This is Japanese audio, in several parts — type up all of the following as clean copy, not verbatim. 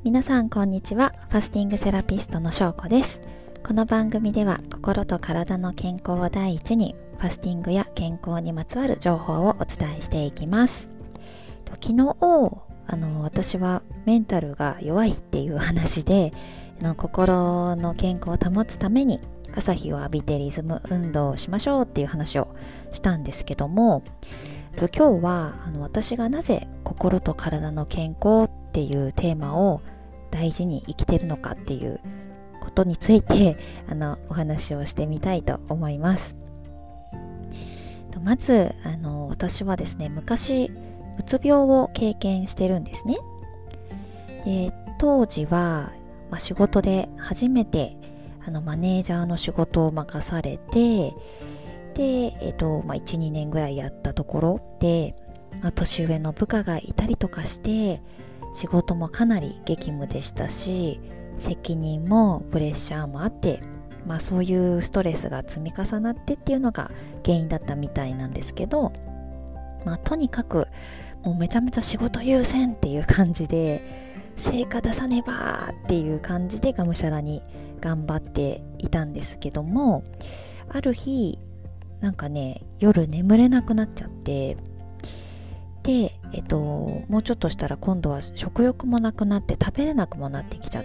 皆さんこんにちは。ファスティングセラピストのしょうこです。この番組では心と体の健康を第一にファスティングや健康にまつわる情報をお伝えしていきます。昨日私はメンタルが弱いっていう話で心の健康を保つために朝日を浴びてリズム運動をしましょうっていう話をしたんですけども、今日は私がなぜ心と体の健康っていうテーマを大事に生きているのかっていうことについてお話をしてみたいと思います。まず私はですね、昔うつ病を経験してるんですね。で当時は、仕事で初めてマネージャーの仕事を任されて、で、1、2年ぐらいやったところで、年上の部下がいたりとかして仕事もかなり激務でしたし、責任もプレッシャーもあって、そういうストレスが積み重なってっていうのが原因だったみたいなんですけど、とにかくもうめちゃめちゃ仕事優先っていう感じで、成果出さねばっていう感じでがむしゃらに頑張っていたんですけども、ある日夜眠れなくなっちゃって、で、もうちょっとしたら今度は食欲もなくなって食べれなくもなってきちゃって、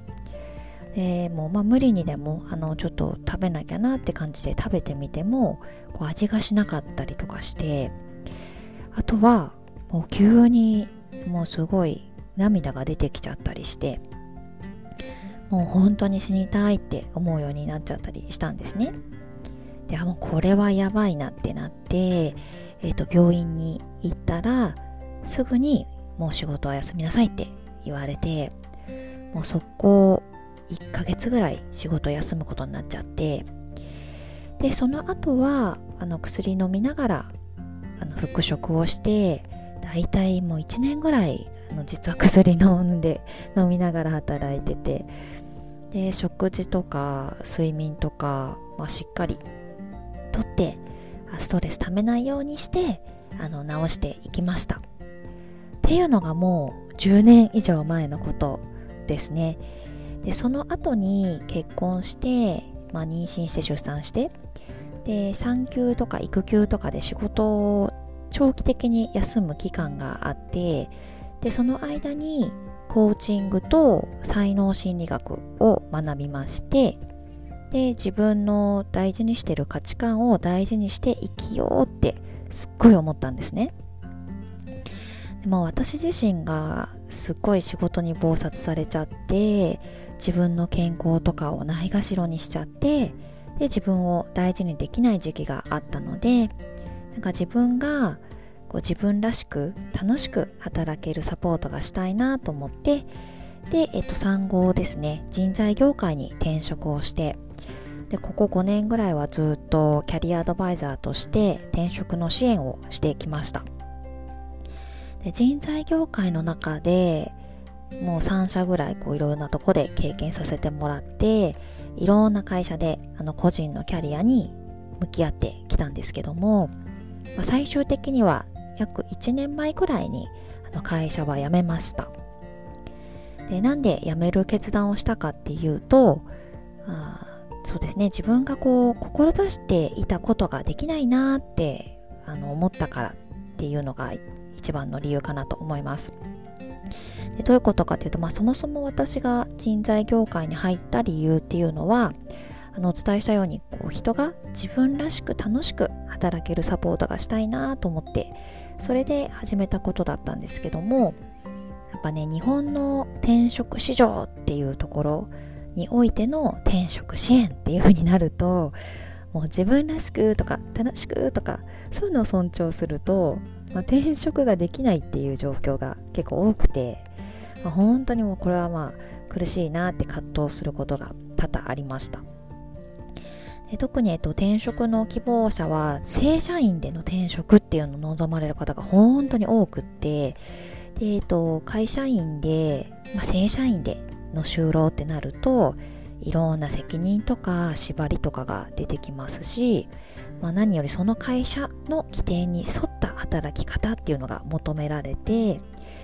もう無理にでもちょっと食べなきゃなって感じで食べてみても味がしなかったりとかして、あとはもう急にもうすごい涙が出てきちゃったりして、もう本当に死にたいって思うようになっちゃったりしたんですね。でもうこれはやばいなってなって、病院に行ったらすぐにもう仕事は休みなさいって言われて、もう速攻1ヶ月ぐらい仕事休むことになっちゃって、でその後は薬飲みながら復職をして、だいたいもう1年ぐらい実は薬飲みながら働いてて、で食事とか睡眠とか、しっかりとってストレスためないようにして治していきましたっていうのがもう10年以上前のことですね。でその後に結婚して、妊娠して出産して、で産休とか育休とかで仕事を長期的に休む期間があって、でその間にコーチングと才能心理学を学びまして、で自分の大事にしてる価値観を大事にして生きようってすっごい思ったんですね。でも私自身がすっごい仕事に忙殺されちゃって、自分の健康とかをないがしろにしちゃって、で自分を大事にできない時期があったので、自分が自分らしく楽しく働けるサポートがしたいなと思って、で、産後ですね、人材業界に転職をして、でここ5年ぐらいはずっとキャリアアドバイザーとして転職の支援をしてきました。で人材業界の中でもう3社ぐらいいろいろなとこで経験させてもらって、いろんな会社で個人のキャリアに向き合ってきたんですけども、最終的には約1年前くらいに会社は辞めました。でなんで辞める決断をしたかっていうと、そうですね、自分が志していたことができないなって思ったからっていうのが一番の理由かなと思います。でどういうことかというと、そもそも私が人材業界に入った理由っていうのは、お伝えしたように人が自分らしく楽しく働けるサポートがしたいなと思って、それで始めたことだったんですけども、やっぱね、日本の転職市場っていうところにおいての転職支援っていう風になると、もう自分らしくとか楽しくとかそういうのを尊重すると、転職ができないっていう状況が結構多くて、本当にもうこれは苦しいなって葛藤することが多々ありました。で特に転職の希望者は正社員での転職っていうのを望まれる方が本当に多くって、で会社員で、正社員での就労ってなると、いろんな責任とか縛りとかが出てきますし、何よりその会社の規定に沿った働き方っていうのが求められて、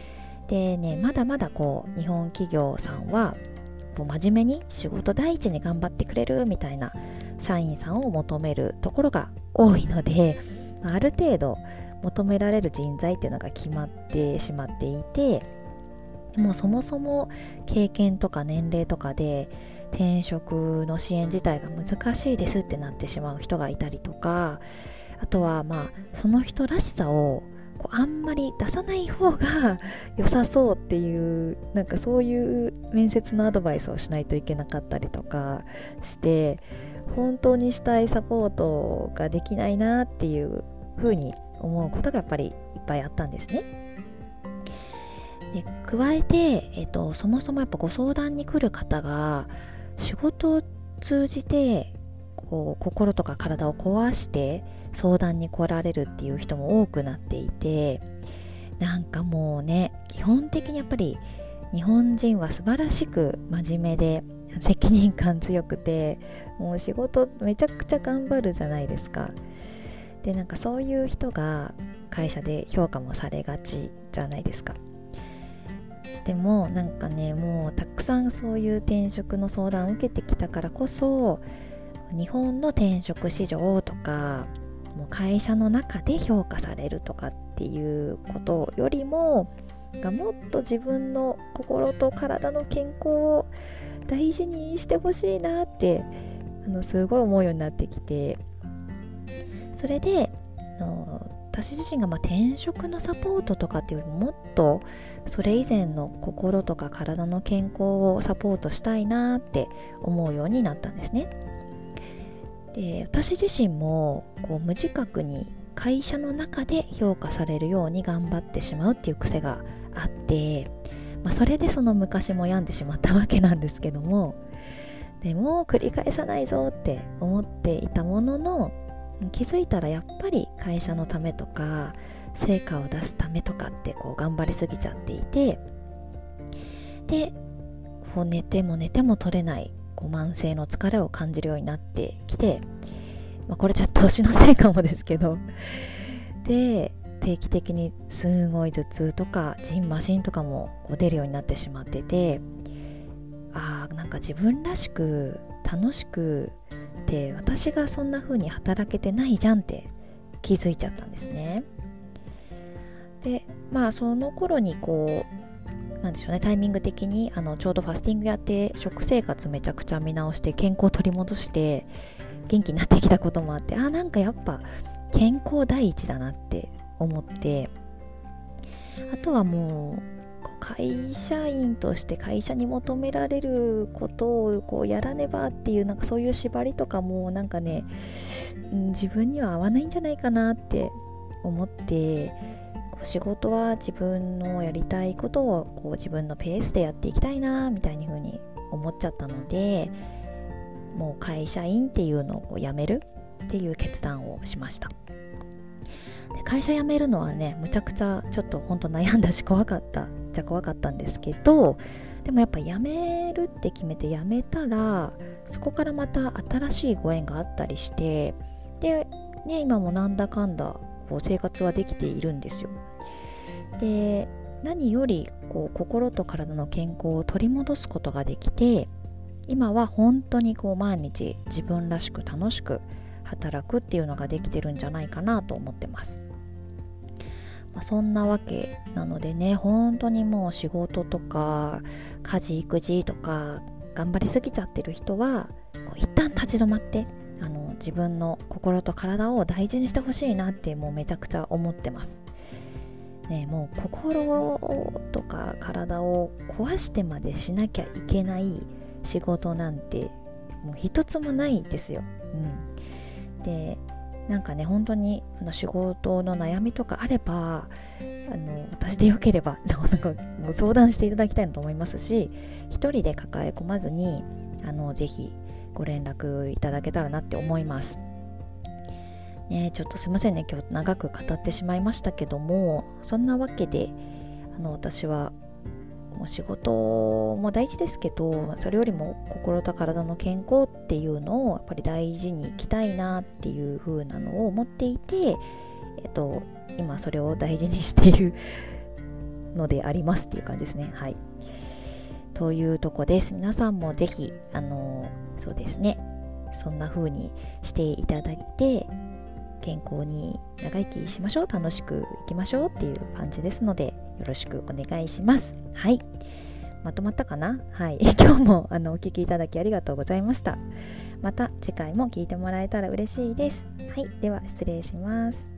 でね、まだまだ日本企業さんは真面目に仕事第一に頑張ってくれるみたいな社員さんを求めるところが多いので、ある程度求められる人材っていうのが決まってしまっていて、もうそもそも経験とか年齢とかで転職の支援自体が難しいですってなってしまう人がいたりとか、あとはその人らしさをあんまり出さない方が良さそうっていう、なんかそういう面接のアドバイスをしないといけなかったりとかして、本当にしたいサポートができないなっていう風に思うことがやっぱりいっぱいあったんですね。で加えて、そもそもやっぱご相談に来る方が仕事を通じて心とか体を壊して相談に来られるっていう人も多くなっていて、なんかもうね、基本的にやっぱり日本人は素晴らしく真面目で責任感強くて、もう仕事めちゃくちゃ頑張るじゃないですか。でなんかそういう人が会社で評価もされがちじゃないですか。でもなんかね、もうたくさんそういう転職の相談を受けてきたからこそ、日本の転職市場とかもう会社の中で評価されるとかっていうことよりも、もっと自分の心と体の健康を大事にしてほしいなってすごい思うようになってきて、それで私自身が転職のサポートとかっていうよりも、もっとそれ以前の心とか体の健康をサポートしたいなって思うようになったんですね。で私自身も無自覚に会社の中で評価されるように頑張ってしまうっていう癖があって、それでその昔も病んでしまったわけなんですけども、でも繰り返さないぞって思っていたものの、気づいたらやっぱり会社のためとか成果を出すためとかって頑張りすぎちゃっていて、で寝ても寝ても取れない慢性の疲れを感じるようになってきて、これちょっと年のせいかもですけど、で定期的にすごい頭痛とかジンマシンとかも出るようになってしまってて、なんか自分らしく楽しくって私がそんな風に働けてないじゃんって気づいちゃったんですね。でその頃になんでしょうね、タイミング的にちょうどファスティングやって食生活めちゃくちゃ見直して健康を取り戻して元気になってきたこともあって、なんかやっぱ健康第一だなって思って、あとはもう会社員として会社に求められることをやらねばっていう、なんかそういう縛りとかもなんかね、自分には合わないんじゃないかなって思って、仕事は自分のやりたいことを自分のペースでやっていきたいなみたいに風に思っちゃったので、もう会社員っていうのを辞めるっていう決断をしました。で会社辞めるのはね、むちゃくちゃちょっと本当悩んだし怖かったんですけど、でもやっぱ辞めるって決めて辞めたら、そこからまた新しいご縁があったりして、でね、今もなんだかんだ生活はできているんですよ。で何より心と体の健康を取り戻すことができて、今は本当に毎日自分らしく楽しく働くっていうのができてるんじゃないかなと思ってます。そんなわけなのでね、本当にもう仕事とか家事育児とか頑張りすぎちゃってる人は一旦立ち止まって自分の心と体を大事にしてほしいなってもうめちゃくちゃ思ってますね。もう心とか体を壊してまでしなきゃいけない仕事なんてもう一つもないですよ。でなんかね、本当に仕事の悩みとかあれば私でよければなんかご相談していただきたいなと思いますし、一人で抱え込まずにぜひご連絡いただけたらなって思いますね。ちょっとすいませんね、今日長く語ってしまいましたけども、そんなわけで私はもう仕事も大事ですけど、それよりも心と体の健康っていうのをやっぱり大事にいきたいなっていう風なのを思っていて、今それを大事にしているのでありますっていう感じですね。はい。というとこです。皆さんもぜひそうですね、そんな風にしていただいて、健康に長生きしましょう、楽しくいきましょうっていう感じですので、よろしくお願いします。はい。まとまったかな？はい。今日もお聞きいただきありがとうございました。また次回も聞いてもらえたら嬉しいです。はい。では失礼します。